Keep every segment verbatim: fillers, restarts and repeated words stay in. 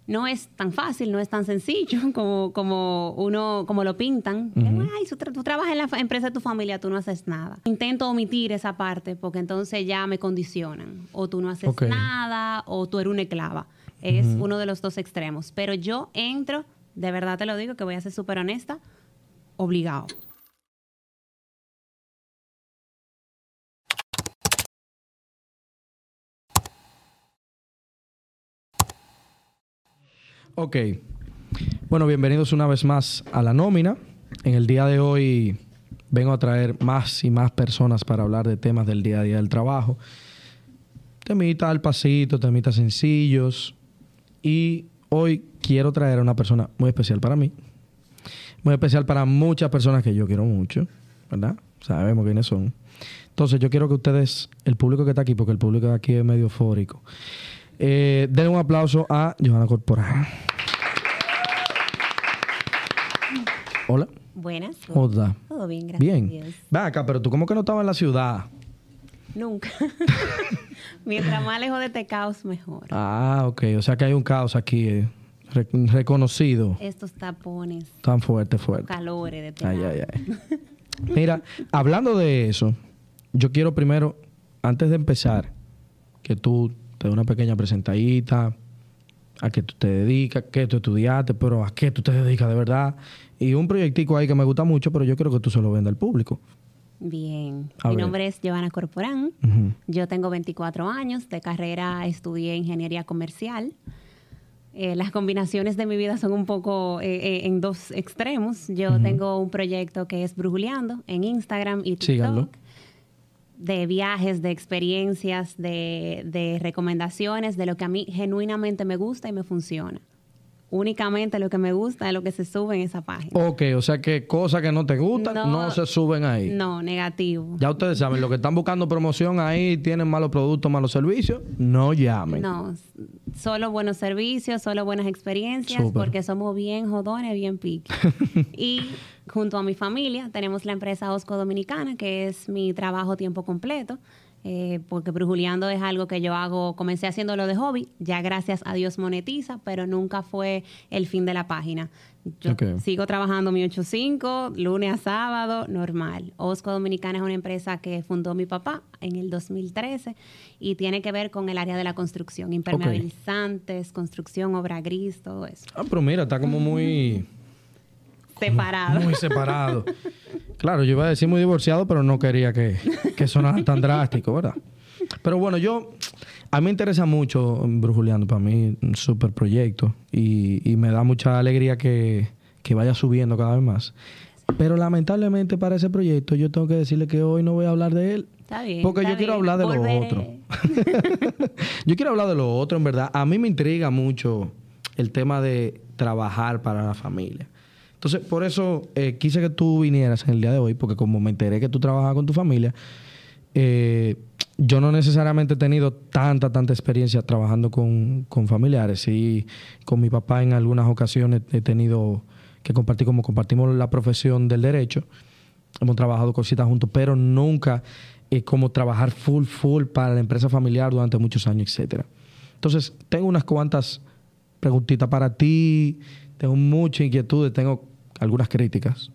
no es tan fácil, no es tan sencillo como, como uno como lo pintan. Uh-huh. Ay, tú, tra- tú trabajas en la fa- empresa de tu familia, tú no haces nada. Intento omitir esa parte porque entonces ya me condicionan. O tú no haces okay. nada o tú eres una esclava. Es uh-huh. uno de los dos extremos. Pero yo entro, de verdad te lo digo, que voy a ser súper honesta, obligado. Ok. Bueno, bienvenidos una vez más a La Nómina. En el día de hoy vengo a traer más y más personas para hablar de temas del día a día del trabajo. Temitas al pasito, temitas sencillos. Y hoy quiero traer a una persona muy especial para mí. Muy especial para muchas personas que yo quiero mucho, ¿verdad? Sabemos quiénes son. Entonces yo quiero que ustedes, el público que está aquí, porque el público de aquí es medio eufórico, eh, den un aplauso a Johanna Corporán. Hola. Buenas. Hola. Todo bien, gracias. Bien. A Dios. Ven acá, pero tú ¿cómo que no estabas en la ciudad? Nunca. Mientras más lejos de este caos, mejor. Ah, ok. O sea que hay un caos aquí eh, re- reconocido. Estos tapones. Tan fuerte, fuerte. Calores de este Ay, lado. ay, ay. Mira, hablando de eso, yo quiero primero, antes de empezar, que tú te des una pequeña presentadita, a qué tú te dedicas, qué tú estudiaste, pero a qué tú te dedicas de verdad. Y un proyectico ahí que me gusta mucho, pero yo quiero que tú se lo vendas al público. Bien. A Mi ver. nombre es Johanna Corporán. Uh-huh. Yo tengo veinticuatro años. De carrera estudié ingeniería comercial. Eh, las combinaciones de mi vida son un poco eh, eh, en dos extremos. Yo uh-huh. tengo un proyecto que es Brujuleando en Instagram y TikTok. Síganlo. De viajes, de experiencias, de, de recomendaciones, de lo que a mí genuinamente me gusta y me funciona. Únicamente lo que me gusta es lo que se sube en esa página. Ok, o sea que cosas que no te gustan no, no se suben ahí. No, negativo. Ya ustedes saben, los que están buscando promoción ahí, tienen malos productos, malos servicios, no llamen. No, solo buenos servicios, solo buenas experiencias, Súper. Porque somos bien jodones, bien piqui. Y junto a mi familia tenemos la empresa Osco Dominicana, que es mi trabajo a tiempo completo. Eh, porque Brujuleando es algo que yo hago, comencé haciéndolo de hobby, ya gracias a Dios monetiza, pero nunca fue el fin de la página. Yo okay. sigo trabajando mi ocho cinco, lunes a sábado, normal. Osco Dominicana es una empresa que fundó mi papá en el dos mil trece y tiene que ver con el área de la construcción, impermeabilizantes, okay. construcción, obra gris, todo eso. Ah, pero mira, está como muy... Separado. Muy separado. Claro, yo iba a decir muy divorciado, pero no quería que, que sonara tan drástico, ¿verdad? Pero bueno, yo... A mí me interesa mucho Brujuleando, para mí un súper proyecto. Y, y me da mucha alegría que, que vaya subiendo cada vez más. Pero lamentablemente para ese proyecto yo tengo que decirle que hoy no voy a hablar de él. Está bien. Porque está yo quiero bien. hablar de Volveré. lo otro. Yo quiero hablar de lo otro, en verdad. A mí me intriga mucho el tema de trabajar para la familia. Entonces, por eso eh, quise que tú vinieras en el día de hoy, porque como me enteré que tú trabajas con tu familia, eh, yo no necesariamente he tenido tanta, tanta experiencia trabajando con, con familiares. Sí, con mi papá en algunas ocasiones he tenido que compartir, como compartimos la profesión del derecho, hemos trabajado cositas juntos, pero nunca eh, como trabajar full, full para la empresa familiar durante muchos años, etcétera. Entonces, tengo unas cuantas preguntitas para ti, tengo muchas inquietudes, tengo algunas críticas.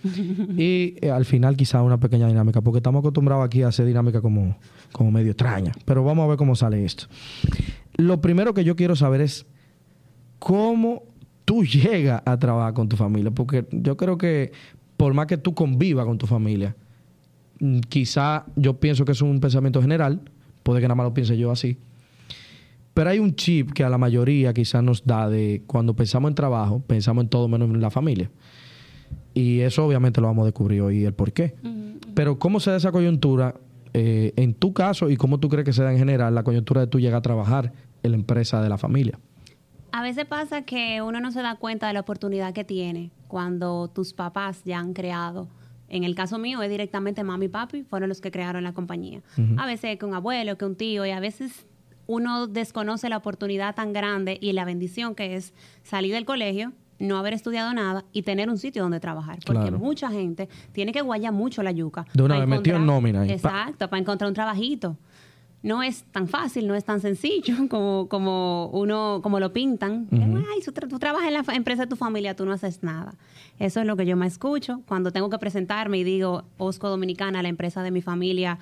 Y eh, al final quizá una pequeña dinámica, porque estamos acostumbrados aquí a hacer dinámica como, como medio extraña. Pero vamos a ver cómo sale esto. Lo primero que yo quiero saber es cómo tú llegas a trabajar con tu familia. Porque yo creo que por más que tú convivas con tu familia, quizá yo pienso que es un pensamiento general, puede que nada más lo piense yo así, pero hay un chip que a la mayoría quizás nos da de cuando pensamos en trabajo, pensamos en todo menos en la familia. Y eso obviamente lo vamos a descubrir hoy, el por qué. Uh-huh. Pero ¿cómo se da esa coyuntura eh, en tu caso y cómo tú crees que se da en general la coyuntura de tú llegar a trabajar en la empresa de la familia? A veces pasa que uno no se da cuenta de la oportunidad que tiene cuando tus papás ya han creado. En el caso mío es directamente mami y papi, fueron los que crearon la compañía. Uh-huh. A veces que un abuelo, que un tío, y a veces uno desconoce la oportunidad tan grande y la bendición que es salir del colegio, no haber estudiado nada y tener un sitio donde trabajar. Porque claro, mucha gente tiene que guayar mucho la yuca. De una vez metido en nómina. Exacto, para encontrar un trabajito. no es tan fácil, no es tan sencillo como, como uno, como lo pintan. Uh-huh. Ay, tú, tra- tú trabajas en la fa- empresa de tu familia, tú no haces nada. Eso es lo que yo me escucho cuando tengo que presentarme y digo, Osco Dominicana, la empresa de mi familia.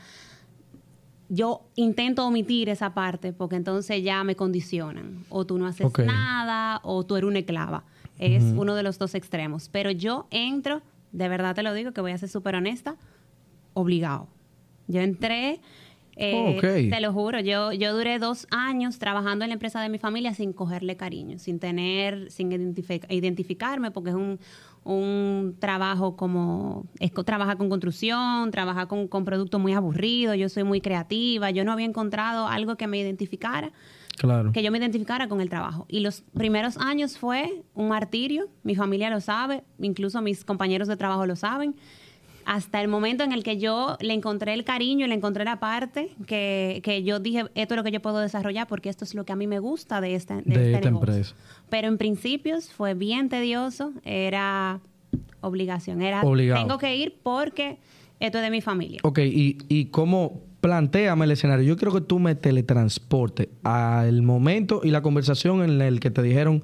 Yo intento omitir esa parte porque entonces ya me condicionan. O tú no haces okay. nada, o tú eres una esclava. Es uh-huh. uno de los dos extremos. Pero yo entro, de verdad te lo digo, que voy a ser súper honesta, obligado. Yo entré... Eh, okay. Te lo juro, yo, yo duré dos años trabajando en la empresa de mi familia sin cogerle cariño, sin tener, sin identific- identificarme, porque es un, un trabajo como, es, trabaja con construcción, trabaja con, con productos muy aburridos, yo soy muy creativa, yo no había encontrado algo que me identificara, claro. que yo me identificara con el trabajo. Y los primeros años fue un martirio, mi familia lo sabe, incluso mis compañeros de trabajo lo saben. Hasta el momento en el que yo le encontré el cariño y le encontré la parte que, que yo dije, esto es lo que yo puedo desarrollar porque esto es lo que a mí me gusta de, esta, de, de este esta negocio. Empresa. Pero en principios fue bien tedioso, era obligación, era Obligado. Tengo que ir porque esto es de mi familia. Ok, y, y cómo, plantéame el escenario. Yo quiero que tú me teletransportes al momento y la conversación en el que te dijeron,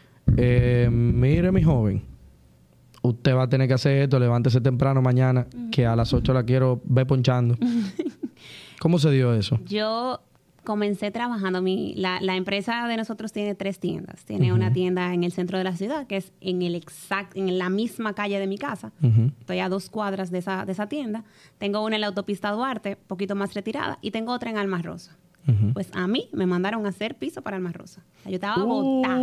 eh, mire mi joven, usted va a tener que hacer esto, levántese temprano mañana, uh-huh. que a las ocho la quiero ver ponchando. ¿Cómo se dio eso? Yo comencé trabajando, mi, la, la empresa de nosotros tiene tres tiendas. Tiene uh-huh. una tienda en el centro de la ciudad, que es en el exact, en la misma calle de mi casa. Uh-huh. Estoy a dos cuadras de esa, de esa tienda. Tengo una en la autopista Duarte, un poquito más retirada, y tengo otra en Alma Rosa. Uh-huh. Pues a mí me mandaron a hacer piso para Alma Rosa. Yo estaba botada.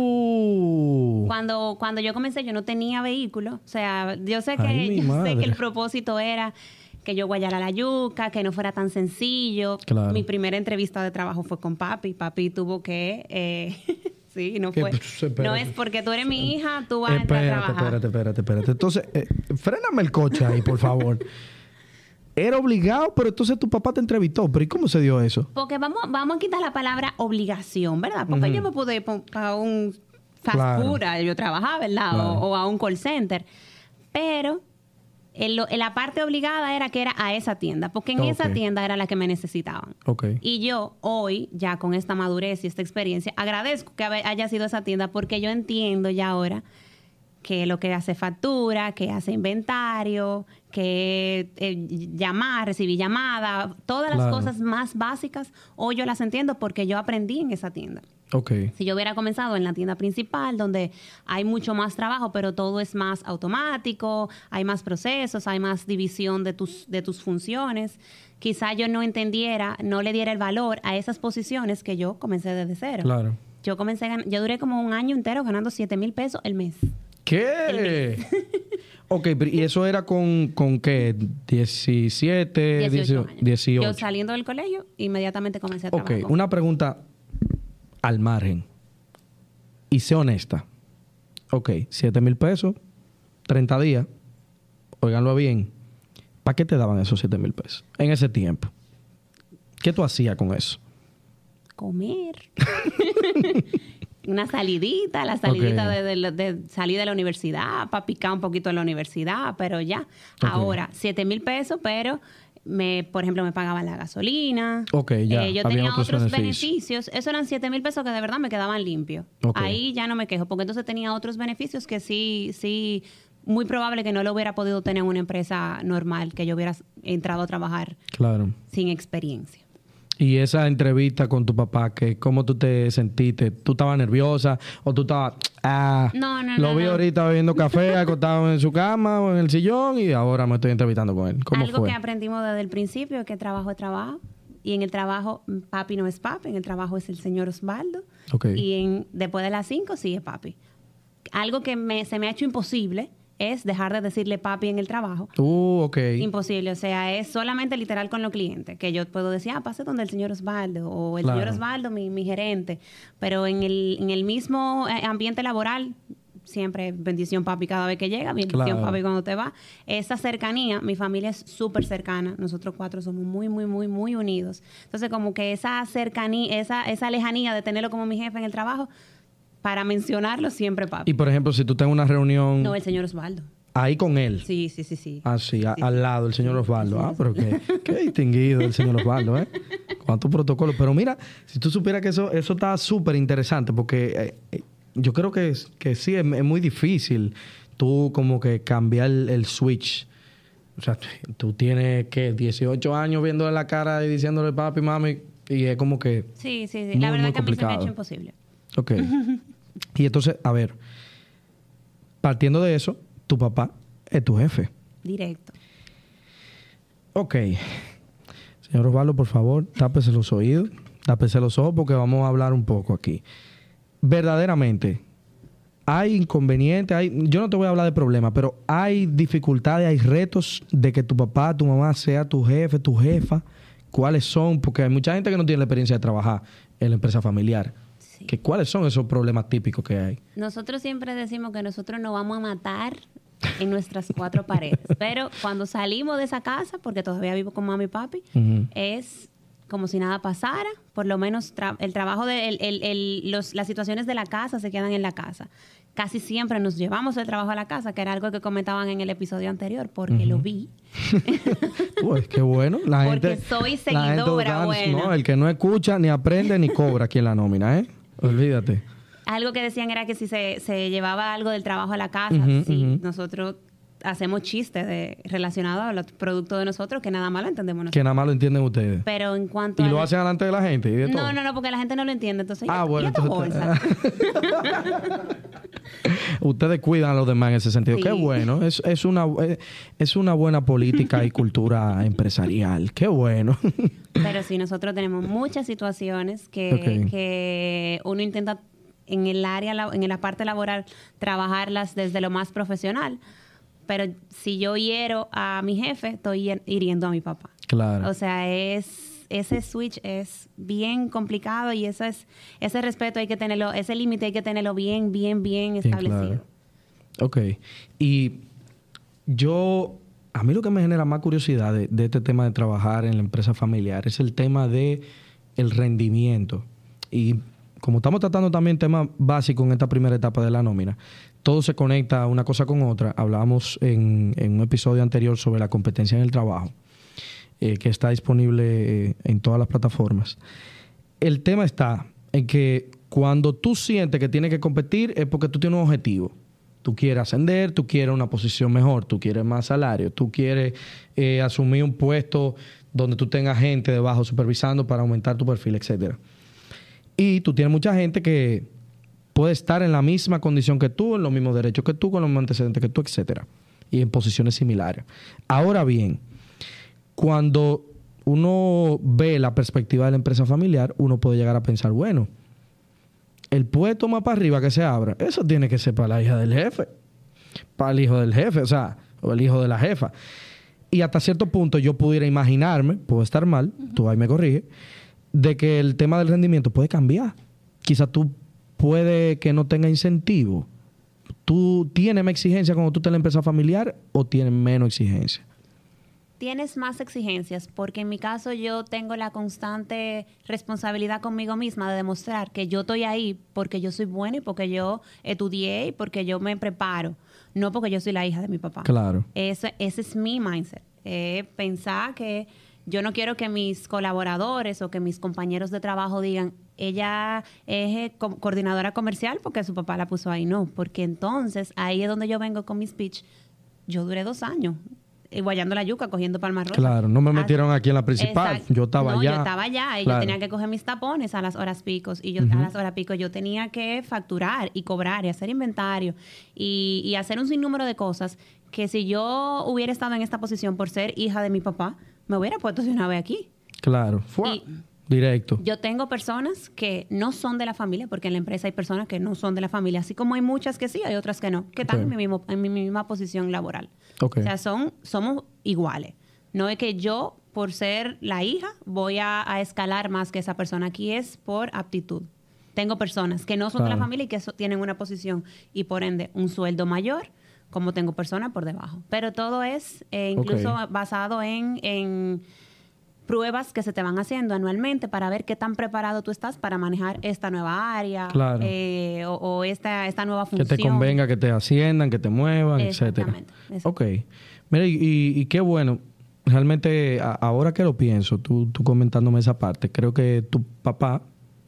Uh. Cuando, cuando yo comencé, yo no tenía vehículo. O sea, yo sé que, Ay, yo sé que el propósito era que yo guayara la yuca, que no fuera tan sencillo. Claro. Mi primera entrevista de trabajo fue con papi. Papi tuvo que... Eh, sí, no fue... Espérate. No es porque tú eres mi hija, tú vas espérate, a entrar a trabajar. Espérate, espérate, espérate. Entonces, eh, fréname el coche ahí, por favor. Era obligado, pero entonces tu papá te entrevistó. ¿Pero y cómo se dio eso? Porque vamos, vamos a quitar la palabra obligación, ¿verdad? Porque uh-huh. yo me pude ir a un fast claro. food, yo trabajaba, ¿verdad? Claro. O, o a un call center. Pero en, lo, en la parte obligada era que era a esa tienda. Porque en okay. esa tienda era la que me necesitaban. Okay. Y yo hoy, ya con esta madurez y esta experiencia, agradezco que haya sido esa tienda porque yo entiendo ya ahora que lo que hace factura, que hace inventario, que eh, llamar, recibir llamada, todas las claro. cosas más básicas, hoy yo las entiendo porque yo aprendí en esa tienda. Okay. Si yo hubiera comenzado en la tienda principal, donde hay mucho más trabajo, pero todo es más automático, hay más procesos, hay más división de tus, de tus funciones, quizá yo no entendiera, no le diera el valor a esas posiciones que yo comencé desde cero. Claro. Yo comencé, yo duré como un año entero ganando siete mil pesos el mes. ¿Qué? Ok, ¿y eso era con, con qué? diecisiete, dieciocho años. dieciocho. Yo saliendo del colegio, inmediatamente comencé a trabajar. Ok, una pregunta al margen. Y sé honesta. Ok, siete mil pesos, treinta días. Óiganlo bien. ¿Para qué te daban esos siete mil pesos en ese tiempo? ¿Qué tú hacías con eso? Comer. Una salidita, la salidita okay. de, de, de salir de la universidad, para picar un poquito en la universidad, pero ya. Okay. Ahora, siete mil pesos, pero, me, por ejemplo, me pagaban la gasolina. Ok, ya. Eh, yo Había tenía otros, otros beneficios. beneficios. Eso eran siete mil pesos que de verdad me quedaban limpios. Okay. Ahí ya no me quejo, porque entonces tenía otros beneficios que sí, sí, muy probable que no lo hubiera podido tener en una empresa normal, que yo hubiera entrado a trabajar claro. sin experiencia. Y esa entrevista con tu papá, que ¿cómo tú te sentiste? ¿Tú estabas nerviosa o tú estabas... Ah, no, no, lo no, vi no. ahorita bebiendo café, acostado en su cama o en el sillón y ahora me estoy entrevistando con él? ¿Cómo Algo fue? que aprendimos desde el principio es que trabajo es trabajo. Y en el trabajo, papi no es papi. En el trabajo es el señor Osvaldo. Okay. Y en, después de las cinco, sí es papi. Algo que me, se me ha hecho imposible es dejar de decirle papi en el trabajo. Uh, ok. Imposible. O sea, es solamente literal con los clientes. Que yo puedo decir, ah, pase donde el señor Osvaldo. O el claro. señor Osvaldo, mi, mi gerente. Pero en el, en el mismo ambiente laboral, siempre bendición papi cada vez que llega, bendición claro. papi cuando te va. Esa cercanía, mi familia es súper cercana. Nosotros cuatro somos muy, muy, muy, muy unidos. Entonces, como que esa cercanía, esa, esa lejanía de tenerlo como mi jefe en el trabajo... Para mencionarlo siempre, papi. Y, por ejemplo, si tú estás en una reunión... No, el señor Osvaldo. Ahí con él. Sí, sí, sí, sí. Ah, sí, a- Sí, al sí. lado, el señor Osvaldo. Sí, Ah, sí. pero qué, qué distinguido el señor Osvaldo, ¿eh? Cuántos protocolos. Pero mira, si tú supieras que eso, eso está súper interesante, porque eh, eh, yo creo que, es- que sí, es, es muy difícil tú como que cambiar el, el switch. O sea, tú tienes, ¿qué? dieciocho años viéndole la cara y diciéndole papi, mami, y es como que... Sí, sí, sí. Muy, La verdad muy que a mí se me ha complicado. hecho imposible. Ok. Y entonces, a ver, partiendo de eso, tu papá es tu jefe. Directo. Ok. Señor Osvaldo, por favor, tápese los oídos, tápese los ojos porque vamos a hablar un poco aquí. Verdaderamente, hay inconvenientes, hay, yo no te voy a hablar de problemas, pero hay dificultades, hay retos de que tu papá, tu mamá sea tu jefe, tu jefa. ¿Cuáles son? Porque hay mucha gente que no tiene la experiencia de trabajar en la empresa familiar. Sí. Que, ¿cuáles son esos problemas típicos que hay? Nosotros siempre decimos que nosotros nos vamos a matar en nuestras cuatro paredes. Pero cuando salimos de esa casa, porque todavía vivo con mami y papi, Ujú. es como si nada pasara. Por lo menos tra- el trabajo de el- el- el- los, las situaciones de la casa se quedan en la casa. Casi siempre nos llevamos el trabajo a la casa, que era algo que comentaban en el episodio anterior, porque lo vi. Pues qué bueno. La Porque gente, soy la gente seguidora, votando, buena. no, el que no escucha, ni aprende, ni cobra aquí en la nómina, ¿eh? Olvídate. Algo que decían era que si se, se llevaba algo del trabajo a la casa, Ujú, si ujú. nosotros hacemos chistes de, relacionados a los productos de nosotros, que nada más lo entendemos nosotros. Que nada más lo entienden ustedes. Pero en cuanto Y a lo la- hacen delante de la gente y de todo. No, no, no, porque la gente no lo entiende. Entonces, Ah, ¿y- bueno, ¿y esta entonces- bolsa? Ustedes cuidan a los demás en ese sentido. Sí. Qué bueno. Es, es, una, es, es una buena política y cultura empresarial. Qué bueno. Pero sí, nosotros tenemos muchas situaciones que, Ok. que uno intenta en el área, la- en la parte laboral, trabajarlas desde lo más profesional. Pero si yo hiero a mi jefe, estoy hier- hiriendo a mi papá. Claro. O sea, es ese switch es bien complicado y eso es, ese respeto hay que tenerlo, ese límite hay que tenerlo bien, bien, bien Bien establecido. claro. Ok. Y yo, a mí lo que me genera más curiosidad de, de este tema de trabajar en la empresa familiar es el tema de el rendimiento. Y como estamos tratando también temas básicos en esta primera etapa de la nómina, todo se conecta una cosa con otra. Hablábamos en, en un episodio anterior sobre la competencia en el trabajo, eh, que está disponible eh, en todas las plataformas. El tema está en que cuando tú sientes que tienes que competir es porque tú tienes un objetivo. Tú quieres ascender, tú quieres una posición mejor, tú quieres más salario, tú quieres eh, asumir un puesto donde tú tengas gente debajo supervisando para aumentar tu perfil, etcétera. Y tú tienes mucha gente que puede estar en la misma condición que tú, en los mismos derechos que tú, con los mismos antecedentes que tú, etcétera. Y en posiciones similares. Ahora bien, cuando uno ve la perspectiva de la empresa familiar, uno puede llegar a pensar, bueno, el puesto más para arriba que se abra, eso tiene que ser para la hija del jefe, para el hijo del jefe, o sea, o el hijo de la jefa. Y hasta cierto punto yo pudiera imaginarme, puedo estar mal, tú ahí me corrige, de que el tema del rendimiento puede cambiar. Quizás tú puede que no tenga incentivo. ¿Tú tienes más exigencia cuando tú estás en la empresa familiar o tienes menos exigencia? Tienes más exigencias, porque en mi caso yo tengo la constante responsabilidad conmigo misma de demostrar que yo estoy ahí porque yo soy buena y porque yo estudié y porque yo me preparo, no porque yo soy la hija de mi papá. Claro. Eso, ese es mi mindset. Eh, pensar que yo no quiero que mis colaboradores o que mis compañeros de trabajo digan, ella es eh, co- coordinadora comercial porque su papá la puso ahí. No, porque entonces ahí es donde yo vengo con mi speech. Yo duré dos años eh, guayando la yuca, cogiendo palmas rosas. Claro, no me Ah, metieron aquí en la principal. exacto. Yo estaba no, allá. yo estaba allá y Claro. yo tenía que coger mis tapones a las horas picos. Y yo Ujú. a las horas pico yo tenía que facturar y cobrar y hacer inventario y, y hacer un sinnúmero de cosas que si yo hubiera estado en esta posición por ser hija de mi papá, me hubiera puesto de una vez aquí. Claro. Fua. Y- Directo. Yo tengo personas que no son de la familia, porque en la empresa hay personas que no son de la familia, así como hay muchas que sí, hay otras que no, que están Ok. en, mi mismo, en mi misma posición laboral. Ok. O sea, son, somos iguales. No es que yo, por ser la hija, voy a, a escalar más que esa persona. Aquí es por aptitud. Tengo personas que no son de la Claro. familia y que so- tienen una posición y por ende un sueldo mayor, como tengo personas por debajo. Pero todo es eh, incluso Ok. basado en, en pruebas que se te van haciendo anualmente para ver qué tan preparado tú estás para manejar esta nueva área Claro. eh, o, o esta, esta nueva función. Que te convenga que te asciendan, que te muevan, etcétera. Exactamente. Exactamente. Ok. Mira, y, y, y qué bueno. Realmente, a, ahora que lo pienso, tú, tú comentándome esa parte, creo que tu papá,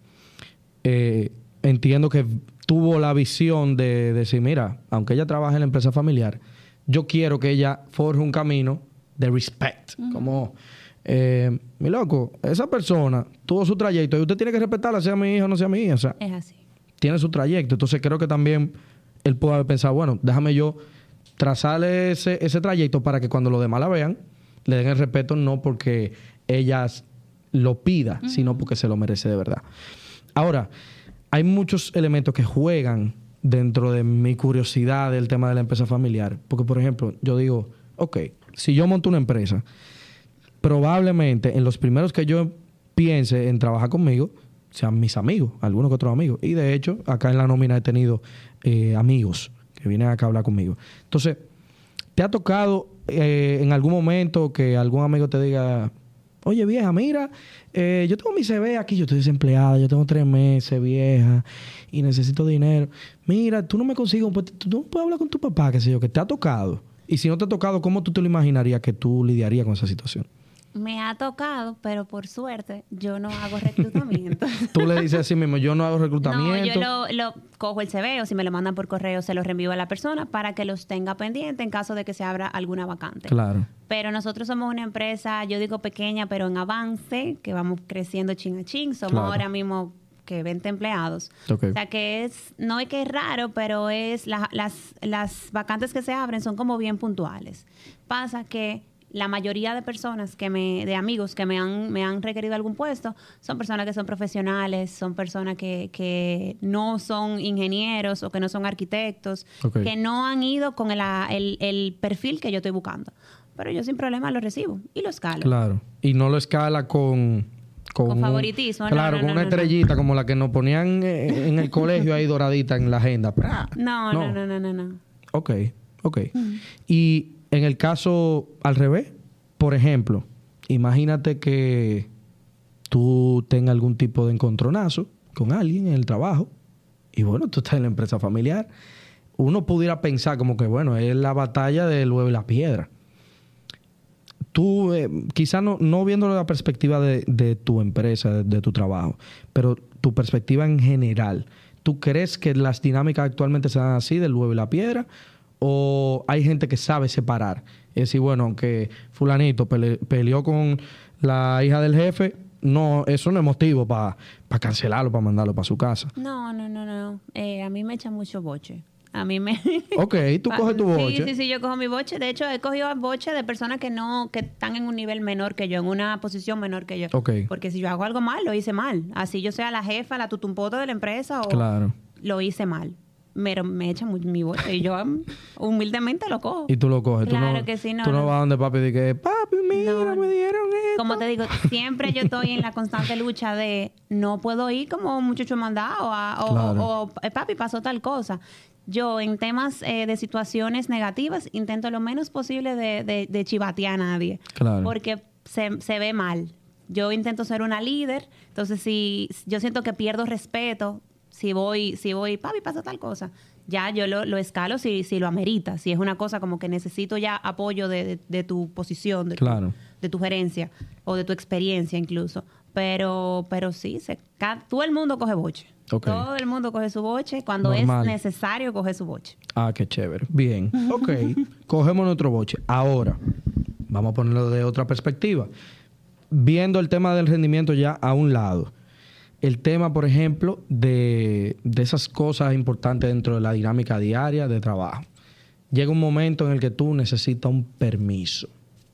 eh, entiendo que tuvo la visión de, de decir, mira, aunque ella trabaje en la empresa familiar, yo quiero que ella forje un camino de respect. Uh-huh. Como, eh, mi loco, esa persona tuvo su trayecto y usted tiene que respetarla, sea mi hija o no sea mi hija. O sea, es así. Tiene su trayecto. Entonces creo que también él puede haber pensado, bueno, déjame yo trazarle ese, ese trayecto para que cuando los demás la vean, le den el respeto, no porque ella lo pida, uh-huh. sino porque se lo merece de verdad. Ahora, hay muchos elementos que juegan dentro de mi curiosidad del tema de la empresa familiar. Porque, por ejemplo, yo digo, ok, si yo monto una empresa, probablemente en los primeros que yo piense en trabajar conmigo sean mis amigos, algunos que otros amigos. Y de hecho, acá en la nómina he tenido eh, amigos que vienen acá a hablar conmigo. Entonces, ¿te ha tocado eh, en algún momento que algún amigo te diga, oye vieja, mira, eh, yo tengo mi C V aquí, yo estoy desempleada, yo tengo tres meses, vieja, y necesito dinero. Mira, tú no me consigues un puesto, tú no puedes hablar con tu papá, qué sé yo, que te ha tocado. Y si no te ha tocado, ¿cómo tú te lo imaginarías que tú lidiarías con esa situación? Me ha tocado, pero por suerte yo no hago reclutamiento. Tú le dices así mismo, yo no hago reclutamiento. No, yo lo, lo cojo el C V o si me lo mandan por correo se lo reenvío a la persona para que los tenga pendiente en caso de que se abra alguna vacante. Claro. Pero nosotros somos una empresa, yo digo pequeña, pero en avance, que vamos creciendo chin a chin. Somos claro. ahora mismo que veinte empleados. Okay. O sea que es, no es que es raro, pero es la, las, las vacantes que se abren son como bien puntuales. Pasa que la mayoría de personas que me, de amigos que me han, me han requerido algún puesto, son personas que son profesionales, son personas que, que no son ingenieros o que no son arquitectos, okay. que no han ido con el, el, el perfil que yo estoy buscando. Pero yo sin problema lo recibo y lo escalo. Claro. Y no lo escala con... Con, con favoritismo. Un, claro, no, no, con no, una no, estrellita no. como la que nos ponían en el colegio ahí doradita en la agenda. No, no, no, no, no, no. Ok, ok. Mm. Y en el caso al revés, por ejemplo, imagínate que tú tengas algún tipo de encontronazo con alguien en el trabajo y bueno, tú estás en la empresa familiar. Uno pudiera pensar como que bueno, es la batalla del huevo y la piedra. Tú, eh, quizás no, no viéndolo de la perspectiva de, de tu empresa, de, de tu trabajo, pero tu perspectiva en general, ¿tú crees que las dinámicas actualmente se dan así, del huevo y la piedra? ¿O hay gente que sabe separar? Es decir, bueno, aunque fulanito pele, peleó con la hija del jefe, no, eso no es motivo para pa cancelarlo, para mandarlo para su casa. No, no, no, no. Eh, a mí me echa mucho boche. A mí me... Ok, tú coges tu boche. Sí, sí, sí, yo cojo mi boche. De hecho, he cogido boche de personas que no, que están en un nivel menor que yo, en una posición menor que yo. Ok. Porque si yo hago algo mal, lo hice mal. Así yo sea la jefa, la tutumpota de la empresa o claro. lo hice mal. Pero me echan mi boche y yo humildemente lo cojo. Y tú lo coges. Claro tú no, que sí, no. Tú no, no. vas donde papi y dices, papi, mira, no. me dieron esto. Como te digo, siempre yo estoy en la constante lucha de no puedo ir como un muchacho mandado a, o, claro. o, o papi, pasó tal cosa. Yo en temas eh, de situaciones negativas intento lo menos posible de, de, de chivatear a nadie. Claro. Porque se, se ve mal. Yo intento ser una líder. Entonces, si yo siento que pierdo respeto, si voy, si voy, papi, pasa tal cosa, ya yo lo, lo escalo si, si lo amerita. Si es una cosa como que necesito ya apoyo de, de, de tu posición, de, claro. tu, de tu gerencia o de tu experiencia incluso. Pero, pero sí, se, todo el mundo coge boche. Okay. Todo el mundo coge su boche. Cuando normal. Es necesario, coge su boche. Ah, qué chévere. Bien. Ok. Cogemos nuestro boche. Ahora, vamos a ponerlo de otra perspectiva. Viendo el tema del rendimiento ya a un lado. El tema, por ejemplo, de, de esas cosas importantes dentro de la dinámica diaria de trabajo. Llega un momento en el que tú necesitas un permiso.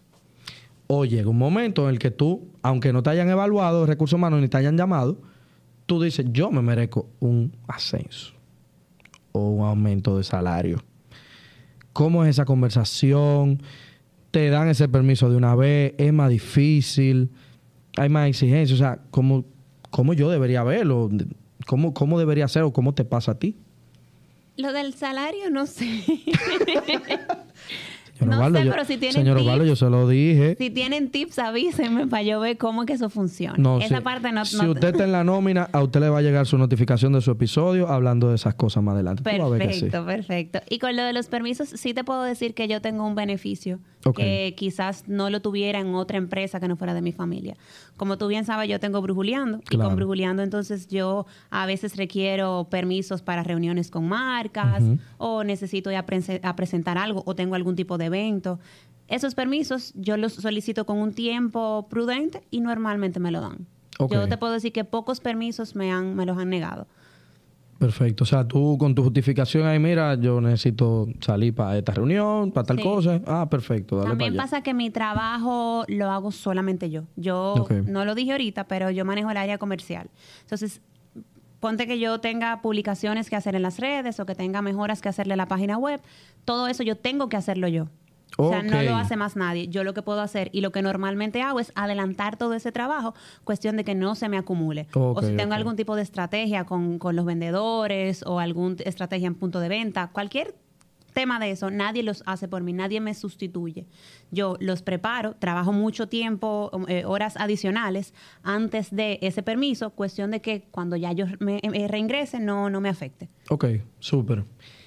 O llega un momento en el que tú, aunque no te hayan evaluado recursos humanos ni te hayan llamado, tú dices, yo me merezco un ascenso o un aumento de salario. ¿Cómo es esa conversación? ¿Te dan ese permiso de una vez? ¿Es más difícil? ¿Hay más exigencias? O sea, ¿cómo, cómo yo debería verlo? ¿Cómo, ¿Cómo debería ser o cómo te pasa a ti? Lo del salario, no sé. No Osvaldo, sé, yo, pero si tienen señor tips, Osvaldo, yo se lo dije. Si tienen tips, avísenme para yo ver cómo es que eso funciona. No, Esa sí. parte no... Si no usted está en la nómina, a usted le va a llegar su notificación de su episodio hablando de esas cosas más adelante. Tú vas a ver que sí. Perfecto, perfecto. Y con lo de los permisos, sí te puedo decir que yo tengo un beneficio Ok. que quizás no lo tuviera en otra empresa que no fuera de mi familia. Como tú bien sabes, yo tengo Brujuleando. Claro. Y con Brujuleando, entonces, yo a veces requiero permisos para reuniones con marcas, Ujú. o necesito ir a, prese- a presentar algo, o tengo algún tipo de evento. Esos permisos yo los solicito con un tiempo prudente y normalmente me lo dan. Ok. Yo te puedo decir que pocos permisos me, han, me los han negado. Perfecto. O sea, tú con tu justificación ahí, mira, yo necesito salir para esta reunión, para tal Sí. cosa. Ah, perfecto. Dale También para allá. pasa que mi trabajo lo hago solamente yo. Yo Ok. no lo dije ahorita, pero yo manejo el área comercial. Entonces, ponte que yo tenga publicaciones que hacer en las redes o que tenga mejoras que hacerle a la página web. Todo eso yo tengo que hacerlo yo. O sea, no Ok. lo hace más nadie. Yo lo que puedo hacer y lo que normalmente hago es adelantar todo ese trabajo, cuestión de que no se me acumule. Ok, o si tengo ok. algún tipo de estrategia con, con los vendedores o alguna estrategia en punto de venta, cualquier tema de eso, nadie los hace por mí, nadie me sustituye. Yo los preparo, trabajo mucho tiempo, eh, horas adicionales antes de ese permiso, cuestión de que cuando ya yo me, me reingrese no, no me afecte. Ok, súper.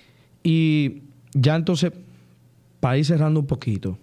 Y ya entonces, para ir cerrando un poquito,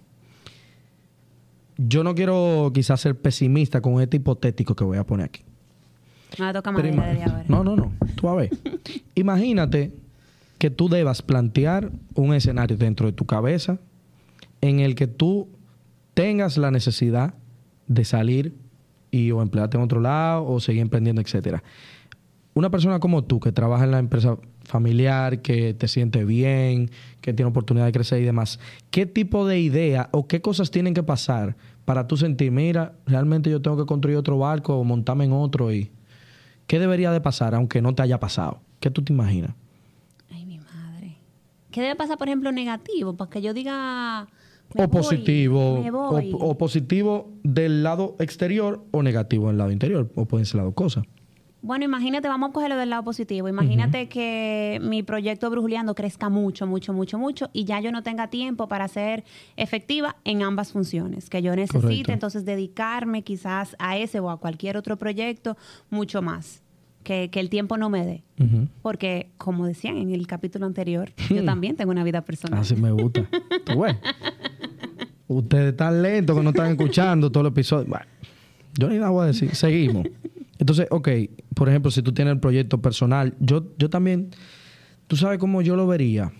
yo no quiero quizás ser pesimista con este hipotético que voy a poner aquí. Me toca Pero madera ima- desde ahora. No, no, no. Tú a ver. Imagínate que tú debas plantear un escenario dentro de tu cabeza en el que tú tengas la necesidad de salir y o emplearte en otro lado o seguir emprendiendo, etcétera. Una persona como tú que trabaja en la empresa familiar, que te siente bien, que tiene oportunidad de crecer y demás, ¿qué tipo de idea o qué cosas tienen que pasar para tú sentir, mira, realmente yo tengo que construir otro barco o montarme en otro? Y ¿qué debería de pasar aunque no te haya pasado? ¿Qué tú te imaginas? Ay, mi madre. ¿Qué debe pasar, por ejemplo, negativo? Para que yo diga... me O voy, positivo, me o, voy. o positivo del lado exterior o negativo del lado interior, o pueden ser las dos cosas. Bueno, imagínate, vamos a cogerlo del lado positivo. Imagínate que mi proyecto Brujuleando crezca mucho, mucho, mucho, mucho y ya yo no tenga tiempo para ser efectiva en ambas funciones. Que yo necesite Correcto. entonces dedicarme quizás a ese o a cualquier otro proyecto mucho más. Que, que el tiempo no me dé. Ujú. Porque, como decían en el capítulo anterior, yo también tengo una vida personal. Así me gusta. Tú ves. Ustedes están lentos que no están escuchando todo el episodio. Bueno, yo ni nada voy a decir. Seguimos. Entonces, ok, por ejemplo, si tú tienes el proyecto personal, yo, yo también, tú sabes cómo yo lo vería.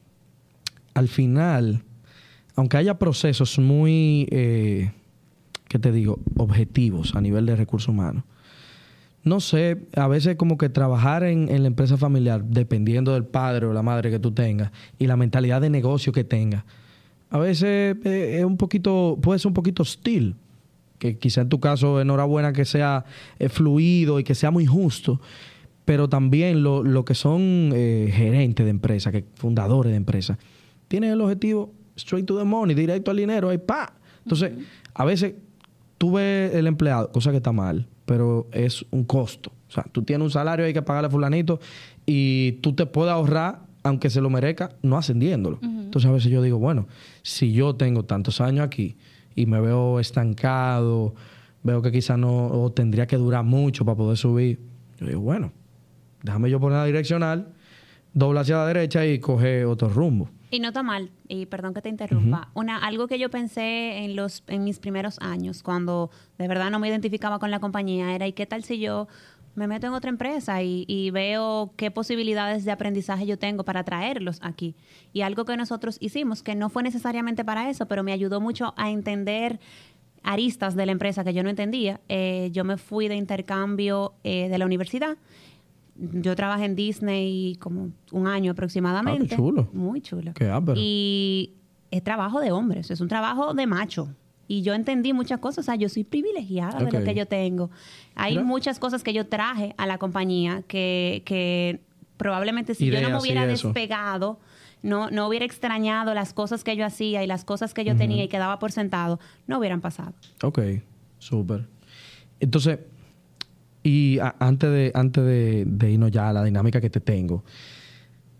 Al final, aunque haya procesos muy, eh, ¿qué te digo?, objetivos a nivel de recursos humanos. No sé, a veces como que trabajar en, en la empresa familiar, dependiendo del padre o la madre que tú tengas y la mentalidad de negocio que tengas, a veces eh, es un poquito, puede ser un poquito hostil. Que quizá en tu caso, enhorabuena que sea eh, fluido y que sea muy justo, pero también lo, lo que son eh, gerentes de empresa, que fundadores de empresa, tienen el objetivo straight to the money, directo al dinero, ahí pa. Entonces, uh-huh. a veces tú ves el empleado, cosa que está mal, pero es un costo. O sea, tú tienes un salario, hay que pagarle a fulanito y tú te puedes ahorrar, aunque se lo merezca, no ascendiéndolo. Uh-huh. Entonces, a veces yo digo, bueno, si yo tengo tantos años aquí y me veo estancado, veo que quizás no, o tendría que durar mucho para poder subir, yo digo, bueno, déjame yo poner la direccional, dobla hacia la derecha y coge otro rumbo. Y no está mal, y perdón que te interrumpa, uh-huh. Una, algo que yo pensé en, los, en mis primeros años, cuando de verdad no me identificaba con la compañía, era, ¿y qué tal si yo me meto en otra empresa y, y veo qué posibilidades de aprendizaje yo tengo para traerlos aquí? Y algo que nosotros hicimos, que no fue necesariamente para eso, pero me ayudó mucho a entender aristas de la empresa que yo no entendía. Eh, yo me fui de intercambio eh, de la universidad. Yo trabajé en Disney como un año aproximadamente. Ah, qué chulo. Muy chulo. Qué ápero. Y es trabajo de hombres, es un trabajo de macho. Y yo entendí muchas cosas. O sea, yo soy privilegiada okay. de lo que yo tengo. Hay Mira. muchas cosas que yo traje a la compañía que, que probablemente si Ideas, yo no me hubiera despegado, no, no hubiera extrañado las cosas que yo hacía y las cosas que yo uh-huh. tenía y que daba por sentado, no hubieran pasado. Ok, súper. Entonces, y a, antes, de, antes de, de irnos ya a la dinámica que te tengo,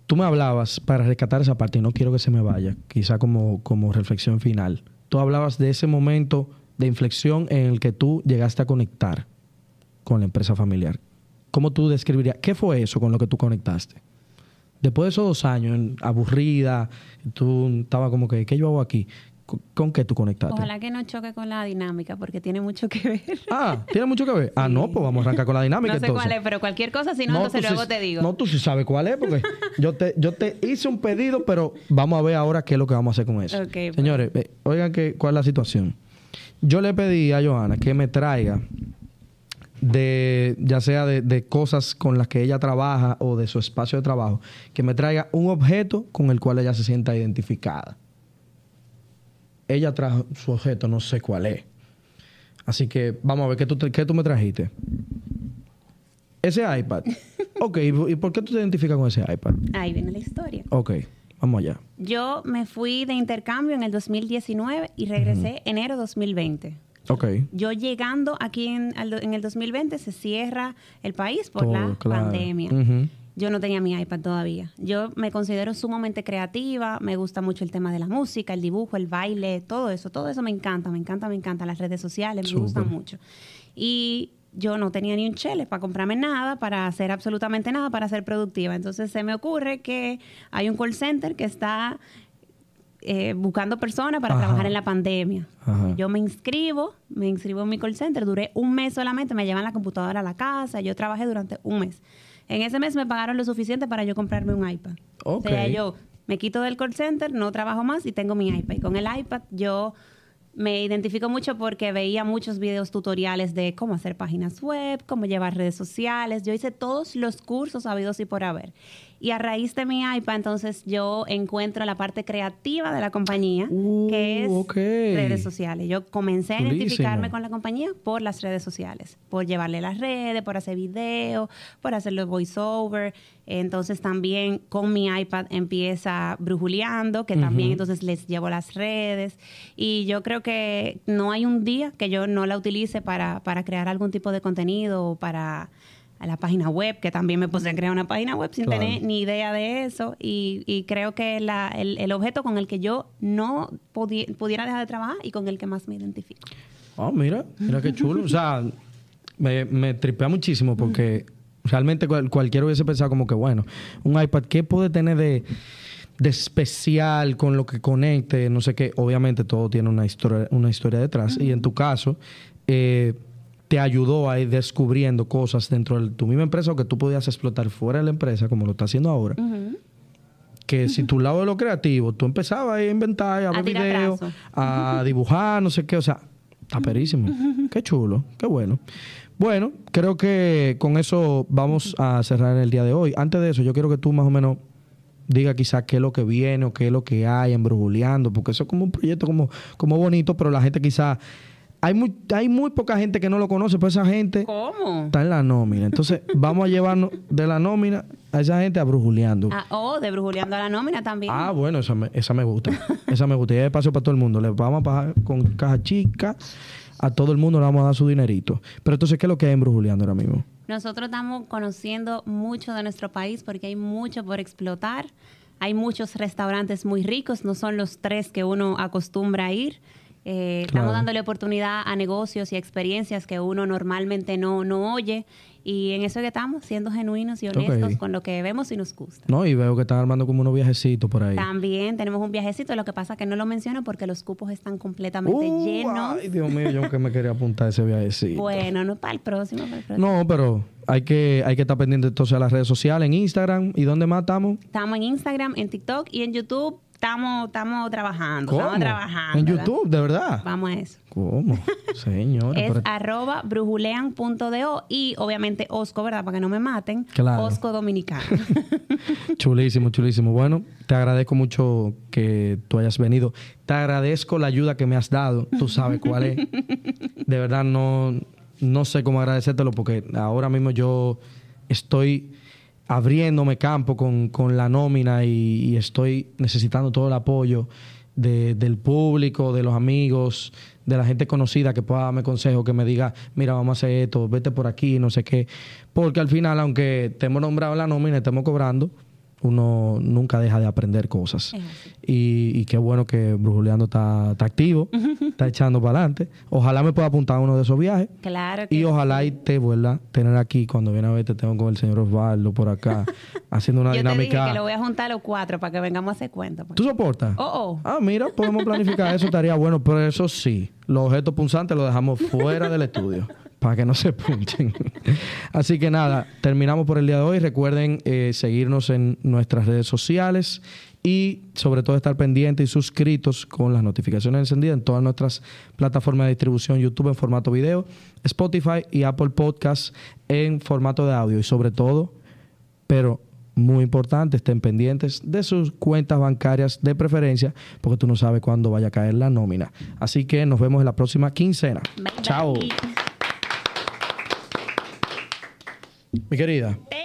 tú me hablabas, para rescatar esa parte, y no quiero que se me vaya, quizá como, como reflexión final. Tú hablabas de ese momento de inflexión en el que tú llegaste a conectar con la empresa familiar. ¿Cómo tú describirías? ¿Qué fue eso con lo que tú conectaste? Después de esos dos años, aburrida, tú estabas como que, ¿qué yo hago aquí? ¿Con, ¿Con qué tú conectaste? Ojalá que no choque con la dinámica, porque tiene mucho que ver. Ah, ¿tiene mucho que ver? Sí. Ah, no, pues vamos a arrancar con la dinámica. No sé entonces. cuál es, pero cualquier cosa, si no, no entonces luego sí, te digo. No, tú sí sabes cuál es, porque yo te, yo te hice un pedido, pero vamos a ver ahora qué es lo que vamos a hacer con eso. Okay, Señores, eh, oigan que, cuál es la situación. Yo le pedí a Johanna que me traiga de, ya sea de, de cosas con las que ella trabaja o de su espacio de trabajo, que me traiga un objeto con el cual ella se sienta identificada. Ella trajo su objeto, no sé cuál es. Así que vamos a ver qué tú, qué tú me trajiste. Ese iPad. Ok, ¿y por qué tú te identificas con ese iPad? Ahí viene la historia. Ok, vamos allá. Yo me fui de intercambio en el dos mil diecinueve y regresé uh-huh. enero dos mil veinte. Ok. Yo llegando aquí en, en el dos mil veinte se cierra el país por Todo, la claro. pandemia. Uh-huh. Yo no tenía mi iPad todavía. Yo me considero sumamente creativa, me gusta mucho el tema de la música, el dibujo, el baile, todo eso. Todo eso me encanta, me encanta, me encanta. Las redes sociales Super. me gustan mucho. Y yo no tenía ni un chele para comprarme nada, para hacer absolutamente nada, para ser productiva. Entonces se me ocurre que hay un call center que está eh, buscando personas para Ajá. trabajar en la pandemia. Ajá. Yo me inscribo, me inscribo en mi call center, duré un mes solamente, me llevan la computadora a la casa, yo trabajé durante un mes. En ese mes me pagaron lo suficiente para yo comprarme un iPad. Okay. O sea, yo me quito del call center, no trabajo más y tengo mi iPad. Y con el iPad yo me identifico mucho porque veía muchos videos tutoriales de cómo hacer páginas web, cómo llevar redes sociales. Yo hice todos los cursos habidos y por haber. Y a raíz de mi iPad, entonces, yo encuentro la parte creativa de la compañía, uh, que es okay. redes sociales. Yo comencé a Chulísimo. identificarme con la compañía por las redes sociales, por llevarle las redes, por hacer videos, por hacer los voiceover. Entonces, también con mi iPad empieza Brujuleando, que uh-huh. también entonces les llevo las redes. Y yo creo que no hay un día que yo no la utilice para, para crear algún tipo de contenido o para a la página web, que también me puse a crear una página web sin claro. tener ni idea de eso. Y, y creo que la, el, el objeto con el que yo no pudi- pudiera dejar de trabajar y con el que más me identifico. Ah, oh, mira, mira qué chulo. O sea, me, me tripea muchísimo porque realmente cual, cualquiera hubiese pensado como que, bueno, un iPad, ¿qué puede tener de, de especial con lo que conecte? No sé qué. Obviamente todo tiene una historia, una historia detrás. Uh-huh. Y en tu caso, eh, te ayudó a ir descubriendo cosas dentro de tu misma empresa o que tú podías explotar fuera de la empresa, como lo estás haciendo ahora. Uh-huh. Que uh-huh. si tu lado de lo creativo, tú empezabas a inventar, a ver videos, a dibujar, no sé qué. O sea, está perísimo. Uh-huh. Qué chulo, qué bueno. Bueno, creo que con eso vamos uh-huh. a cerrar el día de hoy. Antes de eso, yo quiero que tú más o menos diga quizás qué es lo que viene o qué es lo que hay en Brujuleando, porque eso es como un proyecto como, como bonito, pero la gente quizás... Hay muy, hay muy poca gente que no lo conoce, pero esa gente ¿Cómo? está en la nómina. Entonces, vamos a llevarnos de la nómina a esa gente a Brujuleando. Ah, oh, de Brujuleando a la nómina también. Ah, bueno, esa me, esa me gusta. Esa me gusta. Y es paso para todo el mundo. Le vamos a pagar con caja chica. A todo el mundo le vamos a dar su dinerito. Pero entonces, ¿qué es lo que hay en Brujuleando ahora mismo? Nosotros estamos conociendo mucho de nuestro país porque hay mucho por explotar. Hay muchos restaurantes muy ricos. No son los tres que uno acostumbra a ir. Eh, claro. Estamos dándole oportunidad a negocios y experiencias que uno normalmente no, no oye. Y en eso que estamos, siendo genuinos y honestos okay. con lo que vemos y nos gusta. No, y veo que están armando como unos viajecitos por ahí. También tenemos un viajecito. Lo que pasa es que no lo menciono porque los cupos están completamente uh, llenos. Ay, Dios mío, yo que me quería apuntar a ese viajecito. Bueno, no para el próximo, para el próximo. No, pero hay que, hay que estar pendiente entonces a las redes sociales, en Instagram. ¿Y dónde más estamos? Estamos en Instagram, en TikTok y en YouTube. Estamos, estamos trabajando, ¿Cómo? estamos trabajando. ¿En ¿verdad? YouTube? ¿De verdad? Vamos a eso. ¿Cómo? Señor. Es pero... arroba brujulean punto do y obviamente Osco, ¿verdad? Para que no me maten. Claro. Osco Dominicano. Chulísimo, chulísimo. Bueno, te agradezco mucho que tú hayas venido. Te agradezco la ayuda que me has dado. Tú sabes cuál es. De verdad, no, no sé cómo agradecértelo porque ahora mismo yo estoy abriéndome campo con, con la nómina y, y estoy necesitando todo el apoyo de, del público, de los amigos, de la gente conocida que pueda darme consejos, que me diga, mira, vamos a hacer esto, vete por aquí, no sé qué. Porque al final, aunque te hemos nombrado en la nómina y estemos cobrando, uno nunca deja de aprender cosas. Y, y qué bueno que Brujuleando está, está activo, está echando para adelante. Ojalá me pueda apuntar a uno de esos viajes. Claro que Y ojalá sí. y te vuelva a tener aquí cuando viene a ver, te tengo con el señor Osvaldo por acá, haciendo una Yo te dinámica. dije que lo voy a juntar a los cuatro para que vengamos a hacer cuenta. Pues. ¿Tú soportas? Oh, oh. Ah, mira, podemos planificar eso, estaría bueno. Pero eso sí, los objetos punzantes los dejamos fuera del estudio para que no se punchen. Así que nada, terminamos por el día de hoy. Recuerden eh, seguirnos en nuestras redes sociales y sobre todo estar pendientes y suscritos con las notificaciones encendidas en todas nuestras plataformas de distribución, YouTube en formato video, Spotify y Apple Podcasts en formato de audio. Y sobre todo, pero muy importante, estén pendientes de sus cuentas bancarias de preferencia, porque tú no sabes cuándo vaya a caer la nómina. Así que nos vemos en la próxima quincena. Bye, Chao. bye. Mi querida. Te